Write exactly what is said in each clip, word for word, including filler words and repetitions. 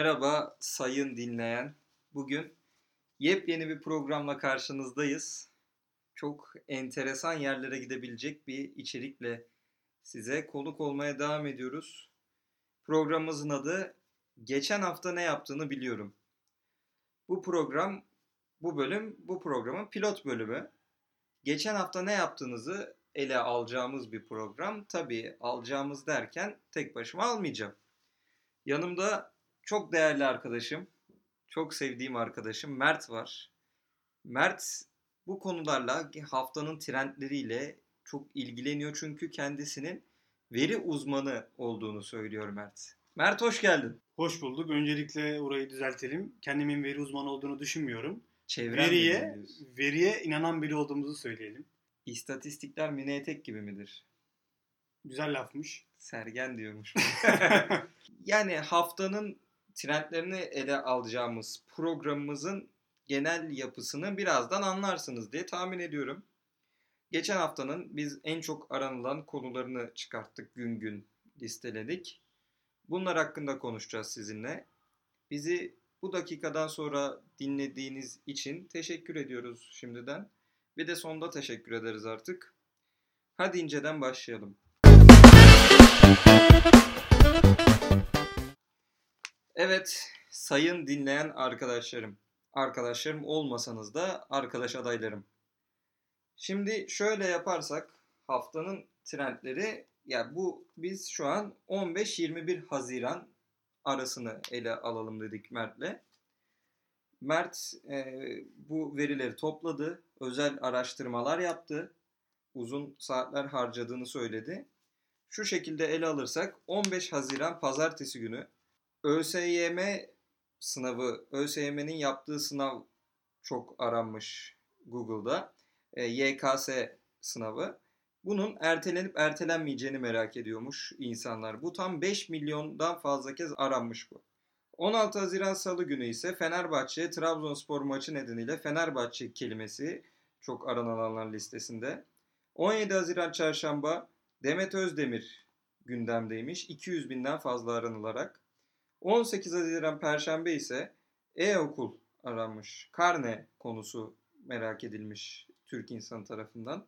Merhaba sayın dinleyen. Bugün yepyeni bir programla karşınızdayız. Çok enteresan yerlere gidebilecek bir içerikle size konuk olmaya devam ediyoruz. Programımızın adı Geçen Hafta Ne Yaptığını Biliyorum. Bu program, bu bölüm, bu programın pilot bölümü. Geçen hafta ne yaptığınızı ele alacağımız bir program. Tabii alacağımız derken tek başıma almayacağım. Yanımda çok değerli arkadaşım, çok sevdiğim arkadaşım Mert var. Mert bu konularla haftanın trendleriyle çok ilgileniyor çünkü kendisinin veri uzmanı olduğunu söylüyor Mert. Mert hoş geldin. Hoş bulduk. Öncelikle orayı düzeltelim. Kendimin veri uzmanı olduğunu düşünmüyorum. Çevren veriye, veriye inanan biri olduğumuzu söyleyelim. İstatistikler mini etek gibi midir? Güzel lafmış. Sergen diyormuş. Yani haftanın trendlerini ele alacağımız programımızın genel yapısını birazdan anlarsınız diye tahmin ediyorum. Geçen haftanın biz en çok aranılan konularını çıkarttık, gün gün listeledik. Bunlar hakkında konuşacağız sizinle. Bizi bu dakikadan sonra dinlediğiniz için teşekkür ediyoruz şimdiden. Bir de sonda teşekkür ederiz artık. Hadi inceden başlayalım. Evet, sayın dinleyen arkadaşlarım. Arkadaşlarım olmasanız da arkadaş adaylarım. Şimdi şöyle yaparsak haftanın trendleri, ya bu biz şu an on beş yirmi bir Haziran arasını ele alalım dedik Mert'le. Mert e, bu verileri topladı, özel araştırmalar yaptı, uzun saatler harcadığını söyledi. Şu şekilde ele alırsak on beş Haziran Pazartesi günü ÖSYM sınavı, ÖSYM'nin yaptığı sınav çok aranmış Google'da. E, Y K S sınavı. Bunun ertelenip ertelenmeyeceğini merak ediyormuş insanlar. Bu tam beş milyondan fazla kez aranmış bu. on altı Haziran Salı günü ise Fenerbahçe Trabzonspor maçı nedeniyle Fenerbahçe kelimesi çok arananlar listesinde. on yedi Haziran Çarşamba Demet Özdemir gündemdeymiş iki yüz binden fazla aranılarak. on sekiz Haziran Perşembe ise e-okul aranmış. Karne konusu merak edilmiş Türk insanı tarafından.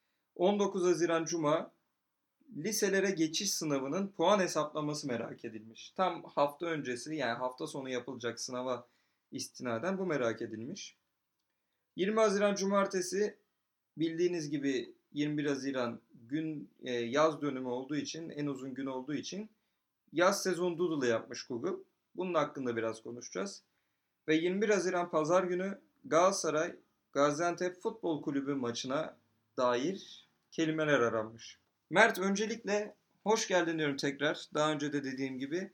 on dokuz Haziran Cuma liselere geçiş sınavının puan hesaplaması merak edilmiş. Tam hafta öncesi, yani hafta sonu yapılacak sınava istinaden bu merak edilmiş. yirmi Haziran Cumartesi bildiğiniz gibi yirmi bir Haziran gün e, yaz dönümü olduğu için, en uzun gün olduğu için yaz sezon doodle'ı yapmış Google. Bunun hakkında biraz konuşacağız. Ve yirmi bir Haziran Pazar günü Galatasaray Gaziantep Futbol Kulübü maçına dair kelimeler aranmış. Mert, öncelikle hoş geldin diyorum tekrar. Daha önce de dediğim gibi.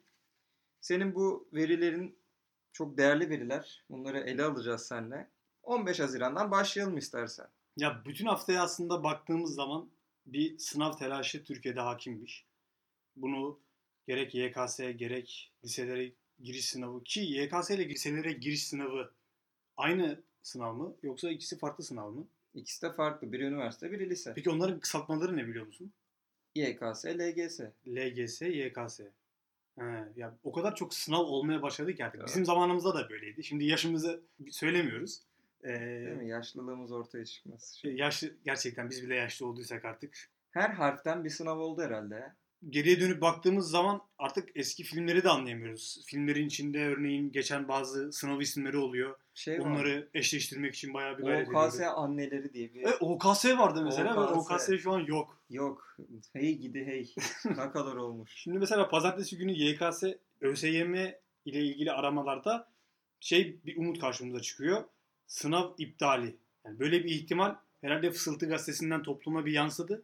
Senin bu verilerin çok değerli veriler. Bunları ele alacağız seninle. on beş Haziran'dan başlayalım istersen. Ya bütün haftaya aslında baktığımız zaman bir sınav telaşı Türkiye'de hakimmiş. Bunu gerek Y K S gerek liselere giriş sınavı, ki Y K S ile liselere giriş sınavı aynı sınav mı yoksa ikisi farklı sınav mı? İkisi de farklı. Biri üniversite, biri lise. Peki onların kısaltmaları ne biliyor musun? Y K S, L G S. L G S, Y K S. He, ya o kadar çok sınav olmaya başladı ki artık. Evet. Bizim zamanımızda da böyleydi. Şimdi yaşımızı söylemiyoruz. Ee, Değil mi? Yaşlılığımız ortaya çıkmaz. Yaşlı, gerçekten biz bile yaşlı olduysak artık. Her harften bir sınav oldu herhalde ya. Geriye dönüp baktığımız zaman artık eski filmleri de anlayamıyoruz. Filmlerin içinde örneğin geçen bazı sınav isimleri oluyor. Şey Onları var. eşleştirmek için bayağı bir gayret O K S ediyoruz. anneleri diye bir... E, O K S vardı mesela. O K S. O K S şu an yok. Yok. Hey gidi hey. Ne kadar olmuş. Şimdi mesela pazartesi günü Y K S, ÖSYM ile ilgili aramalarda şey bir umut karşımıza çıkıyor. Sınav iptali. Yani böyle bir ihtimal herhalde Fısıltı Gazetesi'nden topluma bir yansıdı.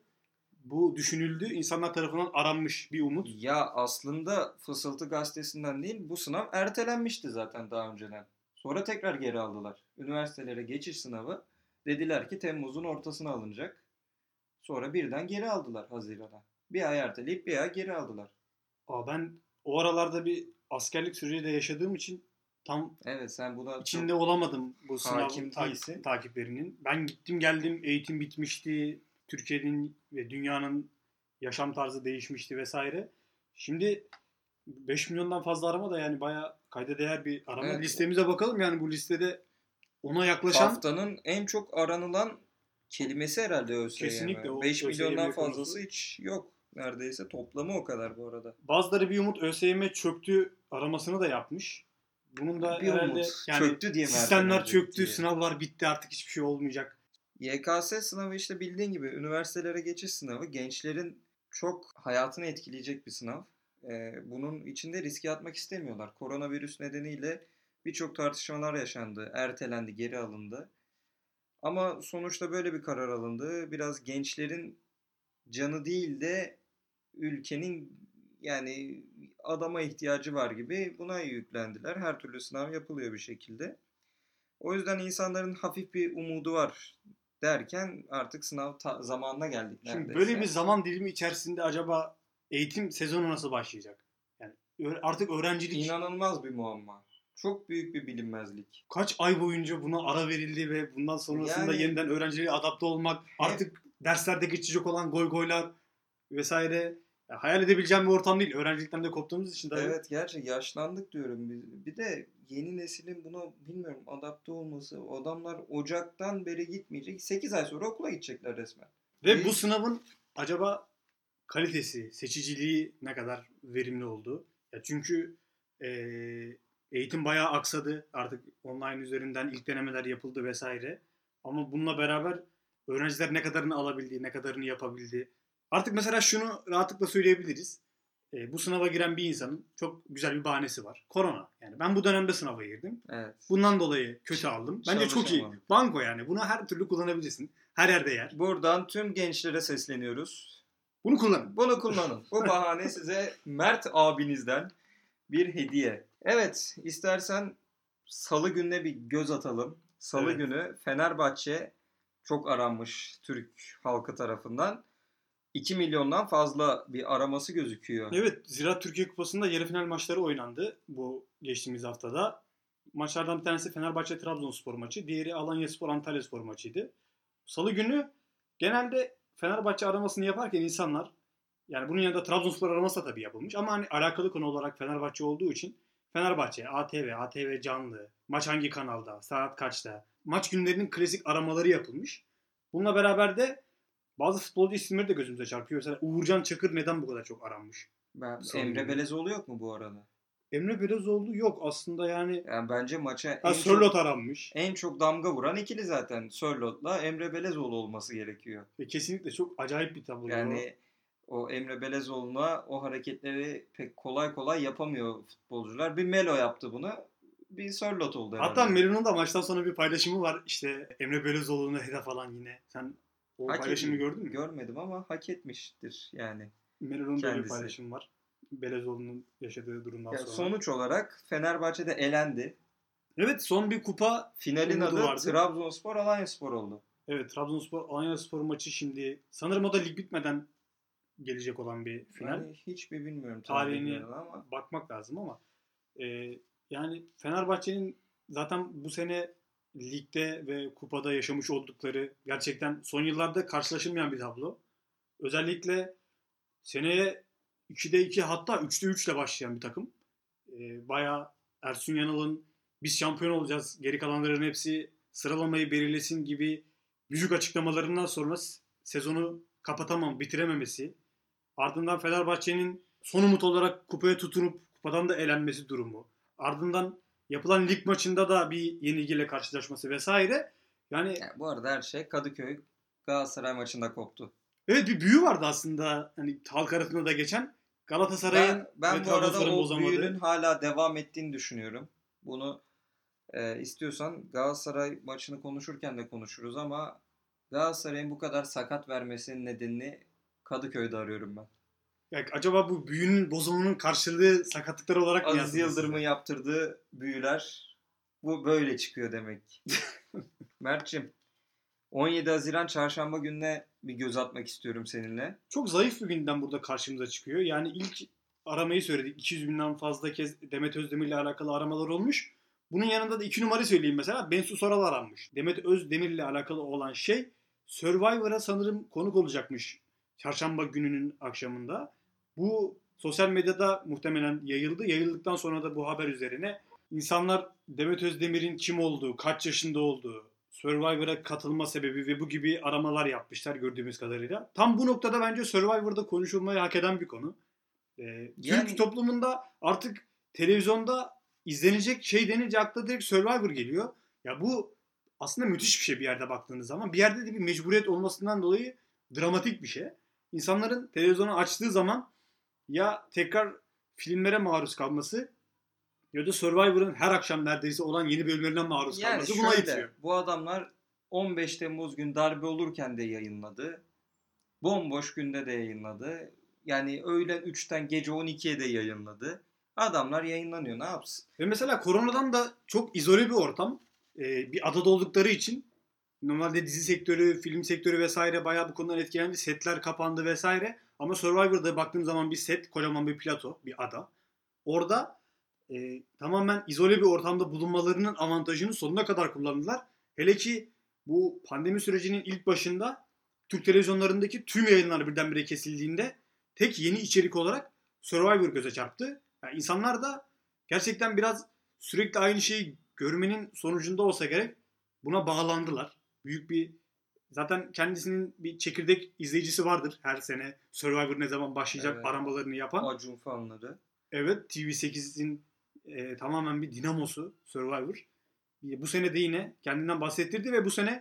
Bu düşünüldü. İnsanlar tarafından aranmış bir umut. Ya aslında Fısıltı Gazetesi'nden değil, bu sınav ertelenmişti zaten daha önceden. Sonra tekrar geri aldılar. Üniversitelere geçiş sınavı dediler ki Temmuz'un ortasına alınacak. Sonra birden geri aldılar Haziran'a. Bir ay erteleyip bir ay geri aldılar. Aa, ben o aralarda bir askerlik süreci de yaşadığım için tam Evet, sen buna içinde olamadım bu sınav hakim ta- değilsin. takiplerinin. Ben gittim geldim, eğitim bitmişti. Türkiye'nin ve dünyanın yaşam tarzı değişmişti vesaire. Şimdi beş milyondan fazla arama da yani bayağı kayda değer bir arama. Evet. Listemize bakalım. Yani bu listede ona yaklaşan... Haftanın en çok aranılan kelimesi herhalde ÖSYM. Kesinlikle o beş ÖSYM milyondan konusu. fazlası hiç yok. Neredeyse toplamı o kadar bu arada. Bazıları bir umut ÖSYM çöktü aramasını da yapmış. Bunun da Bir herhalde umut. yani Çöktü diye mi sistemler ertelenecek çöktü, diye. sınavlar bitti, artık hiçbir şey olmayacak. Y K S sınavı işte bildiğin gibi üniversitelere geçiş sınavı. Gençlerin çok hayatını etkileyecek bir sınav. Ee, bunun içinde riske atmak istemiyorlar. Koronavirüs nedeniyle birçok tartışmalar yaşandı. Ertelendi, geri alındı. Ama sonuçta böyle bir karar alındı. Biraz gençlerin canı değil de ülkenin yani adama ihtiyacı var gibi buna yüklendiler. Her türlü sınav yapılıyor bir şekilde. O yüzden insanların hafif bir umudu var derken artık sınav ta- zamanına geldik Şimdi neredeyse. böyle bir zaman dilimi içerisinde acaba eğitim sezonu nasıl başlayacak? Yani ö- artık öğrencilik İnanılmaz bir muamma. Çok büyük bir bilinmezlik. kaç ay boyunca buna ara verildi ve bundan sonrasında Yani- yeniden öğrenciliğe adapte olmak, artık derslerde geçecek olan goygoylar vesaire, ya hayal edebileceğim bir ortam değil. Öğrencilikten de koptuğumuz için tabii. Evet, gerçi yaşlandık diyorum. Bir, bir de yeni neslin buna bilmiyorum adapte olması. O adamlar Ocak'tan beri gitmeyecek. sekiz ay sonra okula gidecekler resmen. Ve Bir- bu sınavın acaba kalitesi, seçiciliği ne kadar verimli oldu? Ya çünkü eee, eğitim bayağı aksadı. Artık online üzerinden ilk denemeler yapıldı vesaire. Ama bununla beraber öğrenciler ne kadarını alabildi, ne kadarını yapabildi. Artık mesela şunu rahatlıkla söyleyebiliriz. Eee, bu sınava giren bir insanın çok güzel bir bahanesi var. Korona. Yani ben bu dönemde sınava girdim. Evet. Bundan dolayı kötü aldım. Bence çok iyi. Çalışamadım. Banko yani. Bunu her türlü kullanabilirsin. Her yerde yer. Buradan tüm gençlere sesleniyoruz. Bunu kullanın. Bunu kullanın. Bu bahane size Mert abinizden bir hediye. Evet, istersen Salı gününe bir göz atalım. Salı Evet. günü Fenerbahçe çok aranmış Türk halkı tarafından. iki milyondan fazla bir araması gözüküyor. Evet, Ziraat Türkiye Kupası'nda yarı final maçları oynandı bu geçtiğimiz haftada. Maçlardan bir tanesi Fenerbahçe Trabzonspor maçı, diğeri Alanyaspor Antalyaspor maçıydı. Salı günü genelde Fenerbahçe aramasını yaparken insanlar, yani bunun yanında Trabzonspor araması da tabii yapılmış ama hani alakalı konu olarak Fenerbahçe olduğu için Fenerbahçe, A T V, A T V canlı, maç hangi kanalda, saat kaçta, maç günlerinin klasik aramaları yapılmış. Bununla beraber de bazı futbolcu isimleri de gözümüze çarpıyor. Mesela Uğurcan Çakır neden bu kadar çok aranmış? Ben, Salı Emre günü. Belezoğlu yok mu bu arada? Emre Belözoğlu yok aslında yani. Yani bence maça Ha, en Sörloth çok, aranmış. en çok damga vuran ikili zaten. Sörloth'la Emre Belezoğlu olması gerekiyor. Ve kesinlikle çok acayip bir tablo. Yani o Emre Belezoğlu'na o hareketleri pek kolay kolay yapamıyor futbolcular. Bir Melo yaptı bunu. Bir Sörloth oldu herhalde. Hatta Melo'nun da maçtan sonra bir paylaşımı var. İşte Emre Belözoğlu'na hedef alan yine. Sen o Hak paylaşımı etmiş- gördün mü? Görmedim ama hak etmiştir yani. Melo'nun böyle bir kendisi. paylaşımı var. Belözoğlu'nun yaşadığı durumdan Ya sonra. sonuç olarak Fenerbahçe'de elendi. Evet, son bir kupa. Finalin Umudu adı vardı. Trabzonspor Alanyaspor oldu. Evet, Trabzonspor Alanyaspor maçı şimdi sanırım o da lig bitmeden gelecek olan bir final. Yani hiçbir bilmiyorum Tarihini tarihlerini ama bakmak lazım ama e, yani Fenerbahçe'nin zaten bu sene ligde ve kupada yaşamış oldukları gerçekten son yıllarda karşılaşılmayan bir tablo. Özellikle seneye ikide iki hatta üçte üç ile başlayan bir takım. E, bayağı Ersun Yanal'ın biz şampiyon olacağız, geri kalanların hepsi sıralamayı belirlesin gibi büyük açıklamalarından sonra sezonu kapatamam, bitirememesi, ardından Fenerbahçe'nin son umut olarak kupaya tutunup kupadan da elenmesi durumu, ardından yapılan lig maçında da bir yenilgiyle karşılaşması vesaire. Yani, yani bu arada her şey Kadıköy Galatasaray maçında koptu. evet, bir büyü vardı aslında hani halk arasında da geçen Galatasaray'ın Ben, ben ve bu arada Trabzonspor'un o bozamadığı. büyünün hala devam ettiğini düşünüyorum. Bunu e, istiyorsan Galatasaray maçını konuşurken de konuşuruz ama Galatasaray'ın bu kadar sakat vermesinin nedenini Kadıköy'de arıyorum ben. Yani acaba bu büyünün bozulmanın karşılığı sakatlıklar olarak mı Aziz yansıdı Yıldırım'ın size? yaptırdığı büyüler bu böyle çıkıyor demek ki. Mert'cim on yedi Haziran Çarşamba gününe bir göz atmak istiyorum seninle. Çok zayıf bir gündem burada karşımıza çıkıyor. Yani ilk aramayı söyledik. iki yüz binden fazla kez Demet Özdemir ile alakalı aramalar olmuş. Bunun yanında da iki numarayı söyleyeyim mesela. Bensu Soral aranmış. Demet Özdemir ile alakalı olan şey Survivor'a sanırım konuk olacakmış Çarşamba gününün akşamında. Bu sosyal medyada muhtemelen yayıldı. Yayıldıktan sonra da bu haber üzerine insanlar Demet Özdemir'in kim olduğu, kaç yaşında olduğu, Survivor'a katılma sebebi ve bu gibi aramalar yapmışlar gördüğümüz kadarıyla. Tam bu noktada bence Survivor'da konuşulmayı hak eden bir konu. Ee, Yani- Türk toplumunda artık televizyonda izlenecek şey denince akla direkt Survivor geliyor. Ya bu aslında müthiş bir şey bir yerde baktığınız zaman. Bir yerde de bir mecburiyet olmasından dolayı dramatik bir şey. İnsanların televizyonu açtığı zaman ya tekrar filmlere maruz kalması ya da Survivor'ın her akşam neredeyse olan yeni bölümlerine maruz Yani kalması buna itiyor. şöyle, bu adamlar on beş Temmuz gün darbe olurken de yayınladı. Bomboş günde de yayınladı. Yani öğlen üçten gece on ikiye de yayınladı. Adamlar yayınlanıyor, ne yapsın? Ve mesela koronadan da çok izole bir ortam. Ee, bir adada oldukları için normalde dizi sektörü, film sektörü vesaire bayağı bu konudan etkilendi. Setler kapandı vesaire. Ama Survivor'da baktığım zaman bir set, kocaman bir plato, bir ada. Orada e, tamamen izole bir ortamda bulunmalarının avantajını sonuna kadar kullandılar. Hele ki bu pandemi sürecinin ilk başında Türk televizyonlarındaki tüm yayınlar birdenbire kesildiğinde tek yeni içerik olarak Survivor göze çarptı. Yani insanlar da gerçekten biraz sürekli aynı şeyi görmenin sonucunda olsa gerek buna bağlandılar. Büyük bir zaten kendisinin bir çekirdek izleyicisi vardır her sene Survivor ne zaman başlayacak Evet. aramalarını yapan. Acun fanları. Evet, T V sekizin e, tamamen bir dinamosu Survivor. E, bu sene de yine kendinden bahsettirdi ve bu sene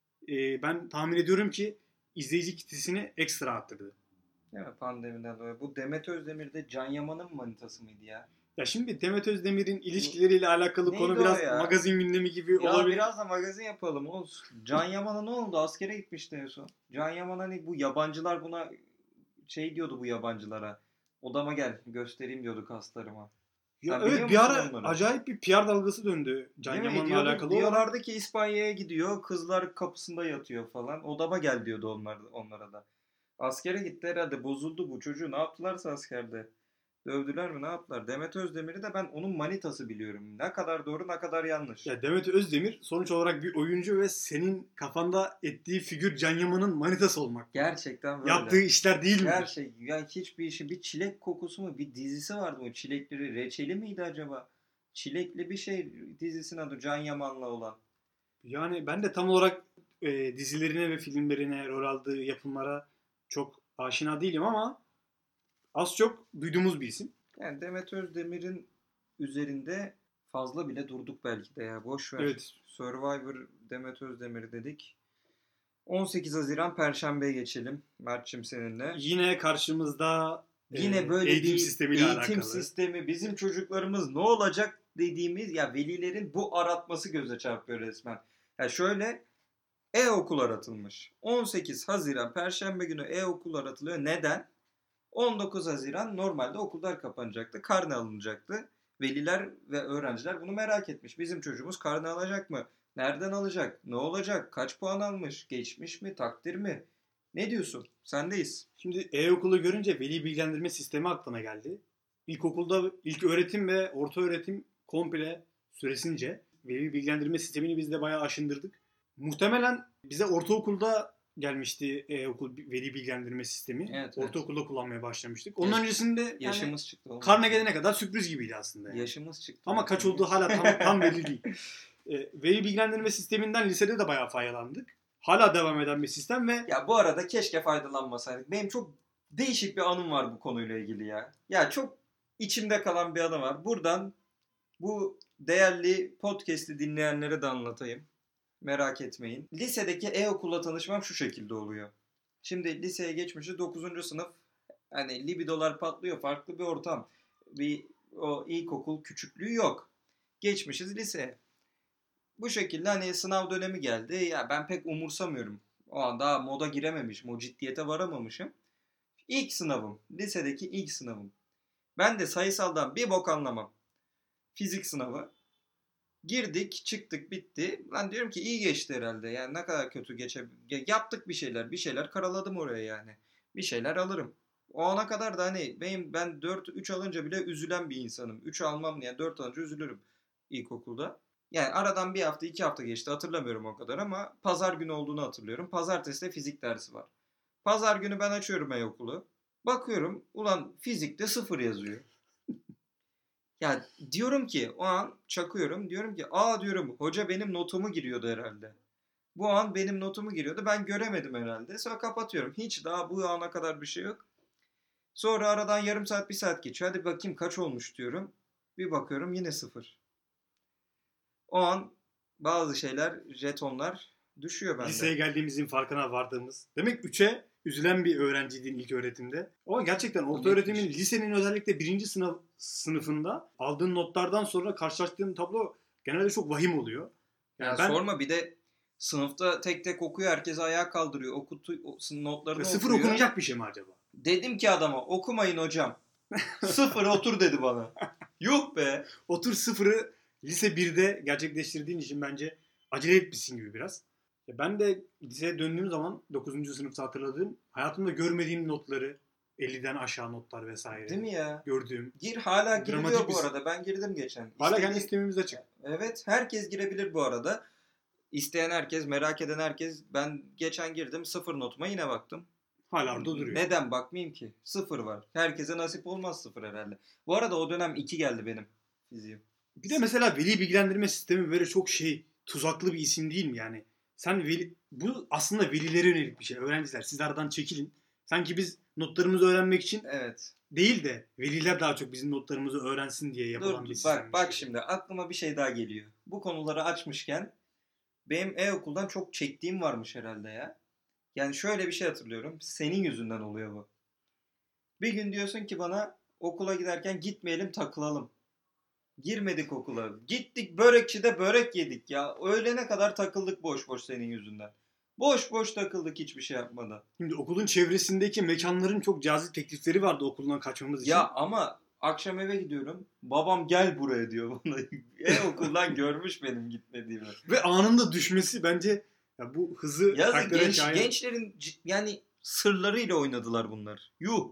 e, ben tahmin ediyorum ki izleyici kitlesini ekstra arttırdı. Değil mi? Pandemiden dolayı. Bu Demet Özdemir de Can Yaman'ın manitası mıydı ya? Ya şimdi Demet Özdemir'in ilişkileriyle alakalı Neydi konu o biraz ya? magazin gündemi gibi Ya olabilir. biraz da magazin yapalım olsun. Can Yaman'a ne oldu? Askere gitmişti en son. Can Yaman hani bu yabancılar buna şey diyordu bu yabancılara. Odama gel göstereyim diyordu kaslarıma. Ya Sen evet biliyor bir musun ara onları? acayip bir P R dalgası döndü Can Değil mi? Yaman'la Diyordu- alakalı olarak. Diyorlardı ki İspanya'ya gidiyor. Kızlar kapısında yatıyor falan. Odama gel diyordu onlar, onlara da. Askere gitti herhalde. Bozuldu bu çocuğu. Ne yaptılarsa askerde. Dövdüler mi ne yaptılar? Demet Özdemir'i de ben onun manitası biliyorum. Ne kadar doğru ne kadar yanlış. Ya Demet Özdemir sonuç olarak bir oyuncu ve senin kafanda ettiği figür Can Yaman'ın manitası olmak. Gerçekten böyle. Yaptığı işler değil mi? Her şey. Ya hiçbir işi. Bir çilek kokusu mu? Bir dizisi vardı o çilekleri. Reçeli miydi acaba? Çilekli bir şey dizisinin adı Can Yaman'la olan. Yani ben de tam olarak e, dizilerine ve filmlerine, rol aldığı yapımlara çok aşina değilim ama az çok duyduğumuz bir isim. Yani Demet Özdemir'in üzerinde fazla bile durduk belki de ya. Boş ver. Evet. Survivor Demet Özdemir dedik. on sekiz Haziran Perşembe'ye geçelim. Mert'cim seninle. Yine karşımızda e, Yine böyle eğitim bir sistemiyle eğitim alakalı. sistemi, bizim çocuklarımız ne olacak dediğimiz ya velilerin bu aratması göze çarpıyor resmen. Ya şöyle e-okul aratılmış. on sekiz Haziran Perşembe günü e-okul aratılıyor. Neden? on dokuz Haziran normalde okullar kapanacaktı. Karne alınacaktı. Veliler ve öğrenciler bunu merak etmiş. Bizim çocuğumuz karne alacak mı? Nereden alacak? Ne olacak? Kaç puan almış? Geçmiş mi? Takdir mi? Ne diyorsun? Sendeyiz. Şimdi e-okulu görünce veli bilgilendirme sistemi aklıma geldi. İlkokulda ilk öğretim ve orta öğretim komple süresince veli bilgilendirme sistemini biz de bayağı aşındırdık. Muhtemelen bize ortaokulda gelmişti e-okul veli bilgilendirme sistemi. Evet, evet. Ortaokulda kullanmaya başlamıştık. Onun Yaş- öncesinde yani Yaşımız çıktı. oğlum. karne gelene kadar sürpriz gibiydi aslında. Yani. Yaşımız çıktı. Ama kaç olduğu hala tam, tam belli değil. E, veli bilgilendirme sisteminden lisede de bayağı faydalandık. Hala devam eden bir sistem ve Ya bu arada keşke faydalanmasaydık. Benim çok değişik bir anım var bu konuyla ilgili ya. Ya çok içimde kalan bir anı var. Buradan bu değerli podcast'i dinleyenlere de anlatayım. Merak etmeyin. Lisedeki e-okulla tanışmam şu şekilde oluyor. Şimdi liseye geçmişiz dokuzuncu sınıf. Hani libidolar patlıyor. Farklı bir ortam. Bir o ilkokul küçüklüğü yok. Geçmişiz liseye. Bu şekilde hani sınav dönemi geldi. Ya ben pek umursamıyorum. O an daha moda girememişim. O ciddiyete varamamışım. İlk sınavım. Lisedeki ilk sınavım. Ben de sayısaldan bir bok anlamam. Fizik sınavı. Girdik, çıktık, bitti. Lan diyorum ki iyi geçti herhalde. Yani ne kadar kötü geçe... Yaptık bir şeyler. Bir şeyler karaladım oraya yani. Bir şeyler alırım. O ana kadar da hani benim ben dört üç alınca bile üzülen bir insanım. üç almam diye dört alınca üzülürüm ilkokulda. Yani aradan bir hafta iki hafta geçti hatırlamıyorum o kadar ama pazar günü olduğunu hatırlıyorum. Pazartesi de fizik dersi var. Pazar günü ben açıyorum e-okulu. Bakıyorum ulan fizikte sıfır yazıyor. Ya diyorum ki o an çakıyorum. Diyorum ki aa diyorum hoca benim notumu giriyordu herhalde. Bu an benim notumu giriyordu. Ben göremedim herhalde. Sonra kapatıyorum. Hiç daha bu ana kadar bir şey yok. Sonra aradan yarım saat bir saat geçiyor. Hadi bakayım kaç olmuş diyorum. Bir bakıyorum yine sıfır. O an bazı şeyler, jetonlar düşüyor bende. Liseye geldiğimizin farkına vardığımız. Demek üçe üzülen bir öğrenciydin ilk öğretimde. Ama gerçekten orta öğretimin, lisenin özellikle birinci sınav sınıfında aldığın notlardan sonra karşılaştığın tablo genelde çok vahim oluyor. Yani ya ben, sorma bir de sınıfta tek tek okuyor. Herkes ayağa kaldırıyor. Okutu, notlarını sıfır okuyor. okunacak bir şey mi acaba? Dedim ki adama okumayın hocam. Sıfır otur dedi bana. Yuh be. Otur sıfırı lise birde gerçekleştirdiğin için bence acele etmişsin gibi biraz. Ya ben de liseye döndüğüm zaman dokuzuncu sınıfta hatırladığım hayatımda görmediğim notları elliden aşağı notlar vesaire. Değil mi ya? Gördüğüm. Gir hala giriliyor bu arada. Ben girdim geçen. Hala İstediğin... kendi sistemimiz açık. Evet. Herkes girebilir bu arada. İsteyen herkes, merak eden herkes. Ben geçen girdim. Sıfır notuma yine baktım. Hala orada duruyor. Neden bakmayayım ki? Sıfır var. Herkese nasip olmaz sıfır herhalde. Bu arada o dönem iki geldi benim fiziğim. Bir de mesela veli bilgilendirme sistemi böyle çok şey tuzaklı bir isim değil mi yani? Sen veli, bu aslında velilere yönelik bir şey. Öğrenciler siz aradan çekilin. Sanki biz notlarımızı öğrenmek için evet. değil de veliler daha çok bizim notlarımızı öğrensin diye yapılan Dur, bir sistem. Bak, bak şimdi aklıma bir şey daha geliyor. Bu konuları açmışken benim e-okuldan çok çektiğim varmış herhalde ya. Yani şöyle bir şey hatırlıyorum. Senin yüzünden oluyor bu. Bir gün diyorsun ki bana okula giderken gitmeyelim takılalım. Girmedik okula. Gittik börekçide börek yedik ya. Öğlene kadar takıldık boş boş senin yüzünden. Boş boş takıldık hiçbir şey yapmadan. Şimdi okulun çevresindeki mekanların çok cazip teklifleri vardı okuldan kaçmamız için. Ya ama akşam eve gidiyorum. Babam gel buraya diyor bana. E-okuldan görmüş benim gitmediğimi. Ve anında düşmesi bence ya bu hızı... Yazık genç, gençlerin yani sırlarıyla oynadılar bunlar. Yuh.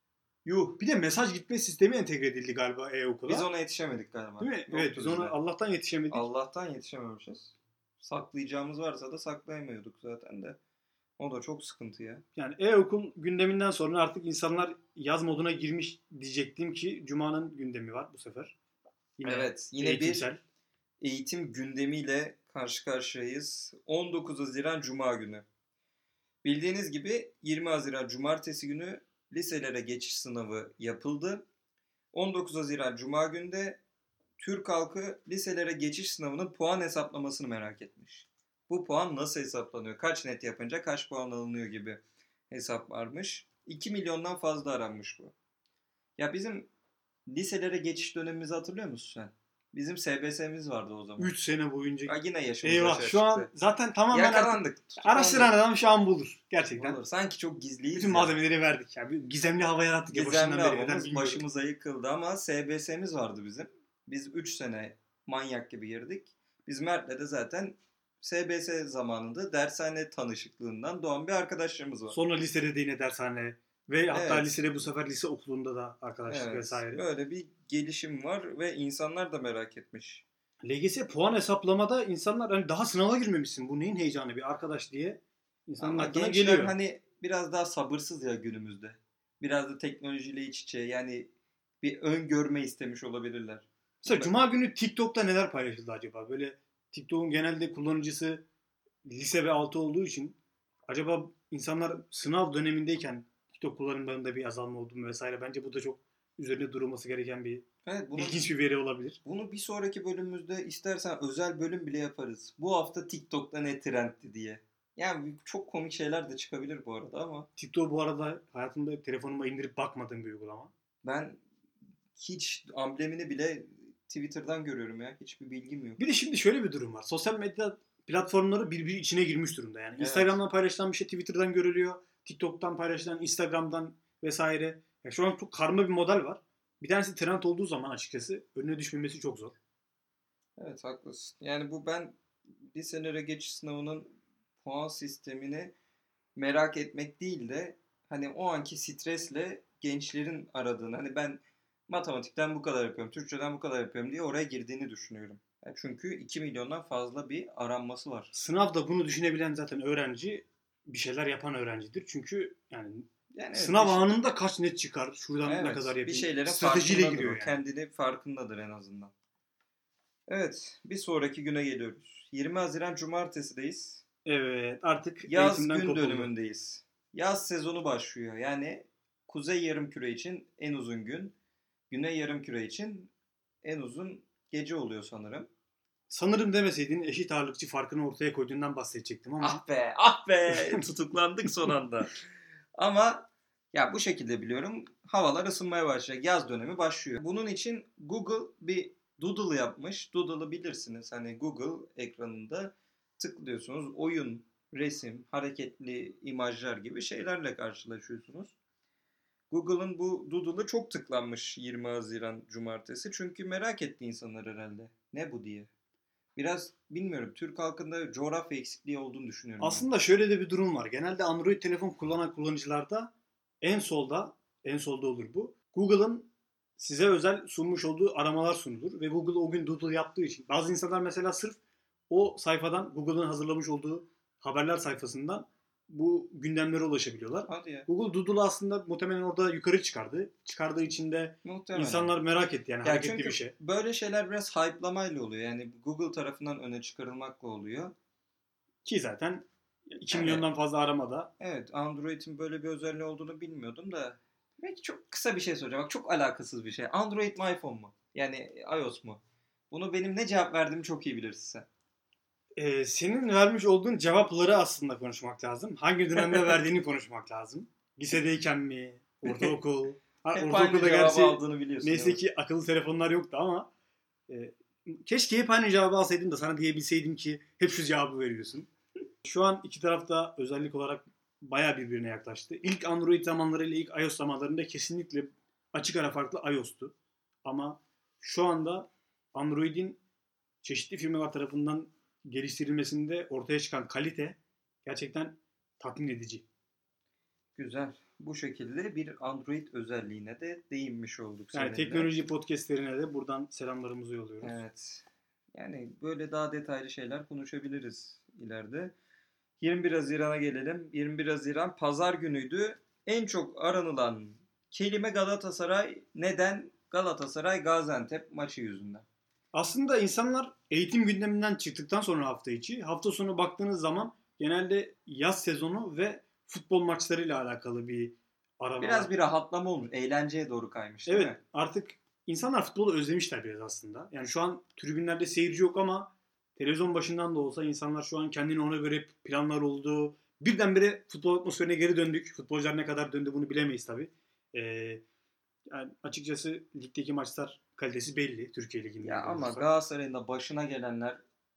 Yuh. Bir de mesaj gitme sistemi entegre edildi galiba e-okula. Biz ona yetişemedik galiba. Değil mi? Yoktu evet biz ona bizde. Allah'tan yetişemedik. Allah'tan yetişememişiz. Saklayacağımız varsa da saklayamıyorduk zaten de. O da çok sıkıntı ya. Yani e-okul gündeminden sonra artık insanlar yaz moduna girmiş diyecektim ki Cuma'nın gündemi var bu sefer. Yine evet. Yine eğitimsel. bir eğitim gündemiyle karşı karşıyayız. on dokuz Haziran Cuma günü. Bildiğiniz gibi yirmi Haziran Cumartesi günü liselere geçiş sınavı yapıldı. on dokuz Haziran Cuma günde Türk halkı liselere geçiş sınavının puan hesaplamasını merak etmiş. Bu puan nasıl hesaplanıyor? Kaç net yapınca kaç puan alınıyor gibi hesap varmış. iki milyondan fazla aranmış bu. Ya bizim liselere geçiş dönemimizi hatırlıyor musun sen? Bizim S B S'miz vardı o zaman. üç sene boyunca. Ya yine yaşımız Eyvah şu çıktı. An zaten tamamen yakalandık. Araştıran adam şu an bulur. Gerçekten. Bulur. Sanki çok gizliyiz. Bütün ya. malzemeleri verdik. Yani gizemli hava yarattık ya başından beri. Gizemli başımıza yıkıldı ama S B S'miz vardı bizim. Biz üç sene manyak gibi girdik. Biz Mert'le de zaten S B S zamanında dershane tanışıklığından doğan bir arkadaşlarımız var. Sonra lisede de yine dershane ve evet. hatta lisede bu sefer lise okulunda da arkadaşlık evet. vesaire. Böyle bir gelişim var ve insanlar da merak etmiş. L G S puan hesaplamada insanlar hani daha sınava girmemişsin. Bu neyin heyecanı bir arkadaş diye insanın ama aklına gençler geliyor. Hani biraz daha sabırsız ya günümüzde. Biraz da teknolojiyle iç içe yani bir öngörme istemiş olabilirler. Mesela Cuma günü TikTok'ta neler paylaşıldı acaba? Böyle TikTok'un genelde kullanıcısı lise ve altı olduğu için acaba insanlar sınav dönemindeyken TikTok kullanımlarında bir azalma oldu mu vesaire. Bence bu da çok üzerine durulması gereken bir evet, bunu, ilginç bir veri olabilir. Bunu bir sonraki bölümümüzde istersen özel bölüm bile yaparız. Bu hafta TikTok'ta ne trendti diye. Yani çok komik şeyler de çıkabilir bu arada ama. TikTok bu arada hayatımda telefonuma indirip bakmadığım bir uygulama. Ben hiç amblemini bile Twitter'dan görüyorum ya. Hiçbir bilgim yok. Bir de şimdi şöyle bir durum var. Sosyal medya platformları birbiri içine girmiş durumda. Yani evet. Instagram'dan paylaşılan bir şey Twitter'dan görülüyor. TikTok'tan paylaşılan, Instagram'dan vesaire. Yani şu an çok karma bir model var. Bir tanesi trend olduğu zaman açıkçası önüne düşmemesi çok zor. Evet haklısın. Yani bu ben liselere geçiş sınavının puan sistemini merak etmek değil de hani o anki stresle gençlerin aradığını hani ben matematikten bu kadar yapıyorum, Türkçeden bu kadar yapıyorum diye oraya girdiğini düşünüyorum. Yani çünkü iki milyondan fazla bir aranması var. Sınavda bunu düşünebilen zaten öğrenci bir şeyler yapan öğrencidir. Çünkü yani Yani evet, sınav bir şey- anında kaç net çıkar, şuradan Evet, ne kadar yapayım. bir şeylerin Stratejiyle farkındadır giriyor o. yani. Kendini farkındadır en azından. Evet, bir sonraki güne geliyoruz. yirmi Haziran Cumartesi'deyiz. Evet, artık Yaz eğitimden gün kopuldu. dönümündeyiz. Yaz sezonu başlıyor. Yani Kuzey Yarımküre için en uzun gün, Güney Yarımküre için en uzun gece oluyor sanırım. Sanırım demeseydin eşit ağırlıkçı farkını ortaya koyduğundan bahsedecektim ama Ah be, ah be, tutuklandık son anda. Ama ya bu şekilde biliyorum. Havalar ısınmaya başlayacak. Yaz dönemi başlıyor. Bunun için Google bir Doodle yapmış. Doodle'ı bilirsiniz. Hani Google ekranında tıklıyorsunuz. Oyun, resim, hareketli imajlar gibi şeylerle karşılaşıyorsunuz. Google'ın bu Doodle'ı çok tıklanmış yirmi Haziran Cumartesi. Çünkü merak etti insanlar herhalde. Ne bu diye. Biraz bilmiyorum. Türk halkında coğrafya eksikliği olduğunu düşünüyorum. aslında ben. şöyle de bir durum var. Genelde Android telefon kullanan kullanıcılarda en solda, en solda olur bu. Google'ın size özel sunmuş olduğu aramalar sunulur ve Google o gün Doodle yaptığı için. Bazı insanlar mesela sırf o sayfadan, Google'ın hazırlamış olduğu haberler sayfasından bu gündemlere ulaşabiliyorlar. Hadi ya. Google Doodle'ı aslında muhtemelen orada yukarı çıkardı. Çıkardığı için de Muhtemelen. insanlar merak etti yani Ya hareketli çünkü bir şey. böyle şeyler biraz hype'lamayla oluyor. Yani Google tarafından öne çıkarılmakla oluyor. Ki zaten iki Evet. milyondan fazla aramada. Evet, Android'in böyle bir özelliği olduğunu bilmiyordum da. Belki çok kısa bir şey soracağım. Bak çok alakasız bir şey. Android mi iPhone mu? Yani iOS mu? Bunu benim ne cevap verdiğimi çok iyi bilirsin sen. Ee, senin vermiş olduğun cevapları aslında konuşmak lazım. Hangi dönemde verdiğini konuşmak lazım. Lisedeyken mi? Ortaokul? Ha, Hep aynı ortaokulda cevabı gerçi aldığını biliyorsun. neyse değil mi? ki akıllı telefonlar yoktu ama e, keşke hep aynı cevabı alsaydım da sana diyebilseydim ki hep şu cevabı veriyorsun. Şu an iki taraf da özellik olarak bayağı birbirine yaklaştı. İlk Android zamanlarıyla ilk iOS zamanlarında kesinlikle açık ara farklı iOS'tu. Ama şu anda Android'in çeşitli firmalar tarafından geliştirilmesinde ortaya çıkan kalite gerçekten tatmin edici. Güzel. Bu şekilde bir Android özelliğine de değinmiş olduk Yani seninle. teknoloji podcastlerine de buradan selamlarımızı yolluyoruz. Evet. Yani böyle daha detaylı şeyler konuşabiliriz ileride. yirmi bir Haziran'a gelelim. yirmi bir Haziran pazar günüydü. En çok aranılan kelime Galatasaray. Neden? Galatasaray Gaziantep maçı yüzünden. Aslında insanlar eğitim gündeminden çıktıktan sonra hafta içi, hafta sonu baktığınız zaman genelde yaz sezonu ve futbol maçlarıyla alakalı bir arama Biraz var. bir rahatlama olmuş. Eğlenceye doğru kaymış değil Evet, mi? artık insanlar futbolu özlemişler biraz aslında. Yani şu an tribünlerde seyirci yok ama televizyon başından da olsa insanlar şu an kendini ona göre planlar oldu. Birdenbire futbol atmosferine geri döndük. Futbolcular ne kadar döndü bunu bilemeyiz tabii. Ee, yani açıkçası ligdeki maçlar kalitesi belli Türkiye Ligi'nde. Ya ama olursa. Galatasaray'ın da başına gelenler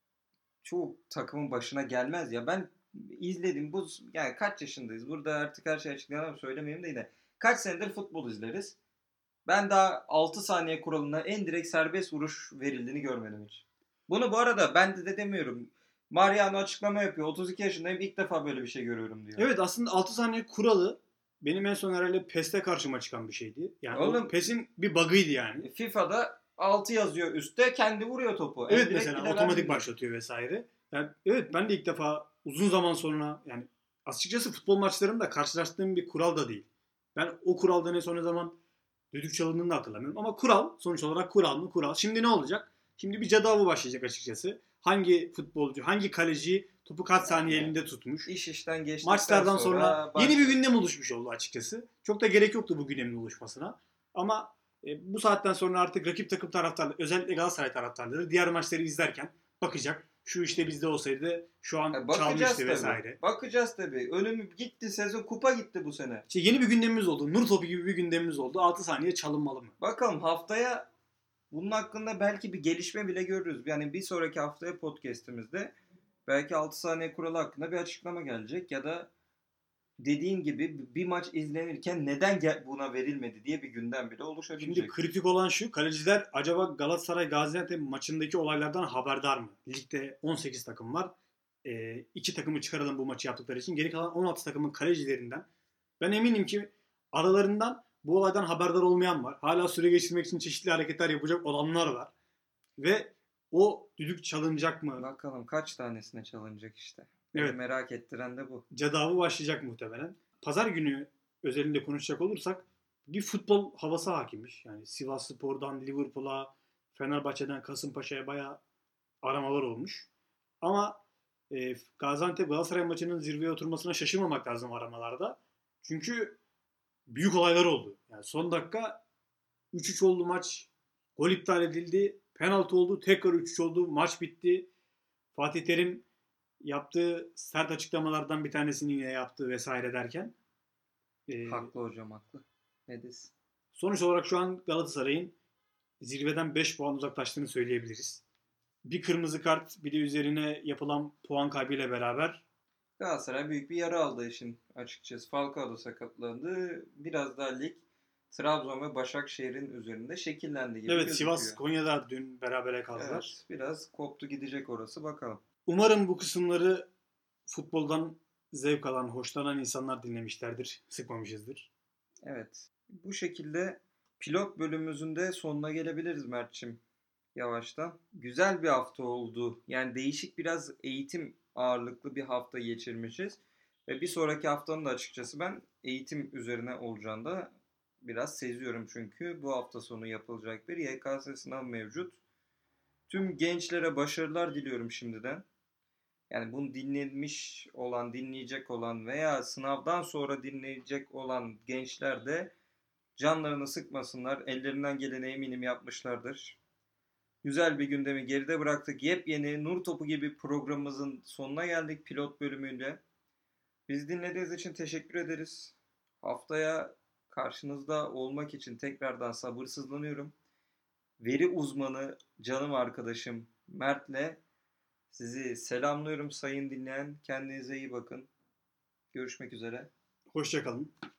çoğu takımın başına gelmez ya. Ben izledim. Bu yani kaç yaşındayız? Burada artık her şey açıklayamam söylemeyeyim de yine. Kaç senedir futbol izleriz. Ben daha altı saniye kuralına en direkt serbest vuruş verildiğini görmedim hiç. Bunu bu arada ben de, de demiyorum. Mariano açıklama yapıyor. otuz iki yaşındayım ilk defa böyle bir şey görüyorum diyor. Evet aslında altı saniye kuralı benim en son herhalde PES'te karşıma çıkan bir şeydi. Yani Oğlum, o PES'in bir bug'ıydı yani. FIFA'da altı yazıyor üstte kendi vuruyor topu. Evet En direkt mesela bile otomatik vermiyor. başlatıyor vesaire. Yani evet ben de ilk defa uzun zaman sonra yani açıkçası futbol maçlarında karşılaştığım bir kural da değil. Ben o kuralda ne son ne zaman düdük çalındığını da hatırlamıyorum. Ama kural sonuç olarak kural mı kural. Şimdi ne olacak? Şimdi bir cadavı başlayacak açıkçası. Hangi futbolcu, hangi kaleci topu kaç saniye Yani elinde tutmuş. İş işten geçtikten Maçlardan sonra, sonra yeni bir başlıyor. gündem oluşmuş oldu açıkçası. Çok da gerek yoktu bu gündemin oluşmasına. Ama e, bu saatten sonra artık rakip takım taraftarları, özellikle Galatasaray taraftarları diğer maçları izlerken bakacak. Şu işte bizde olsaydı şu an E, bakacağız çalmıştı tabii. vesaire. Bakacağız tabii. Önümü gitti sezon kupa gitti bu sene. İşte yeni bir gündemimiz oldu. Nur topu gibi bir gündemimiz oldu. altı saniye çalınmalı mı? Bakalım haftaya bunun hakkında belki bir gelişme bile görürüz. Yani bir sonraki haftaya podcast'imizde belki altı saniye kuralı hakkında bir açıklama gelecek ya da dediğin gibi bir maç izlenirken neden buna verilmedi diye bir gündem bile oluşabilecek. Şimdi kritik olan şu, kaleciler acaba Galatasaray Gaziantep maçındaki olaylardan haberdar mı? Ligde on sekiz takım var. E, iki takımı çıkaralım bu maçı yaptıkları için. Geri kalan on altı takımın kalecilerinden ben eminim ki aralarından bu olaydan haberdar olmayan var. Hala süre geçirmek için çeşitli hareketler yapacak olanlar var. Ve o düdük çalınacak mı? Bakalım kaç tanesine çalınacak işte. Evet. Beni merak ettiren de bu. Cadavı başlayacak muhtemelen. Pazar günü özelinde konuşacak olursak bir futbol havası hakimmiş. Yani Sivasspor'dan Liverpool'a, Fenerbahçe'den Kasımpaşa'ya bayağı aramalar olmuş. Ama e, Gaziantep Galatasaray maçının zirveye oturmasına şaşırmamak lazım aramalarda. Çünkü büyük olaylar oldu. Yani son dakika üç üç oldu maç. Gol iptal edildi. Penaltı oldu. Tekrar üç üç oldu. Maç bitti. Fatih Terim yaptığı sert açıklamalardan bir tanesini yine yaptı vesaire derken. E, Haklı hocam, haklı. Ne desin? Sonuç olarak şu an Galatasaray'ın zirveden beş puan uzaklaştığını söyleyebiliriz. Bir kırmızı kart, bir de üzerine yapılan puan kaybıyla beraber Galatasaray büyük bir yara aldı işin açıkçası. Falcao da sakatlandı. Biraz daha lig Trabzon ve Başakşehir'in üzerinde şekillendi gibi evet, gözüküyor. Sivas Konya'da dün berabere kaldılar. Evet, biraz koptu gidecek orası, bakalım. Umarım bu kısımları futboldan zevk alan, hoşlanan insanlar dinlemişlerdir. Sıkmamışızdır. Evet. Bu şekilde pilot bölümümüzün de sonuna gelebiliriz Mert'ciğim. Yavaştan. Güzel bir hafta oldu. Yani değişik, biraz eğitim ağırlıklı bir hafta geçirmişiz. Ve bir sonraki haftanın da açıkçası ben eğitim üzerine olacağını da biraz seziyorum. Çünkü bu hafta sonu yapılacak bir Y K S sınavı mevcut. Tüm gençlere başarılar diliyorum şimdiden. Yani bunu dinlemiş olan, dinleyecek olan veya sınavdan sonra dinleyecek olan gençler de canlarını sıkmasınlar. Ellerinden geleni eminim yapmışlardır. Güzel bir gündemi geride bıraktık. Yepyeni Nur Topu gibi programımızın sonuna geldik pilot bölümüyle. Biz dinlediğiniz için teşekkür ederiz. Haftaya karşınızda olmak için tekrardan sabırsızlanıyorum. Veri uzmanı canım arkadaşım Mert'le sizi selamlıyorum sayın dinleyen. Kendinize iyi bakın. Görüşmek üzere. Hoşça kalın.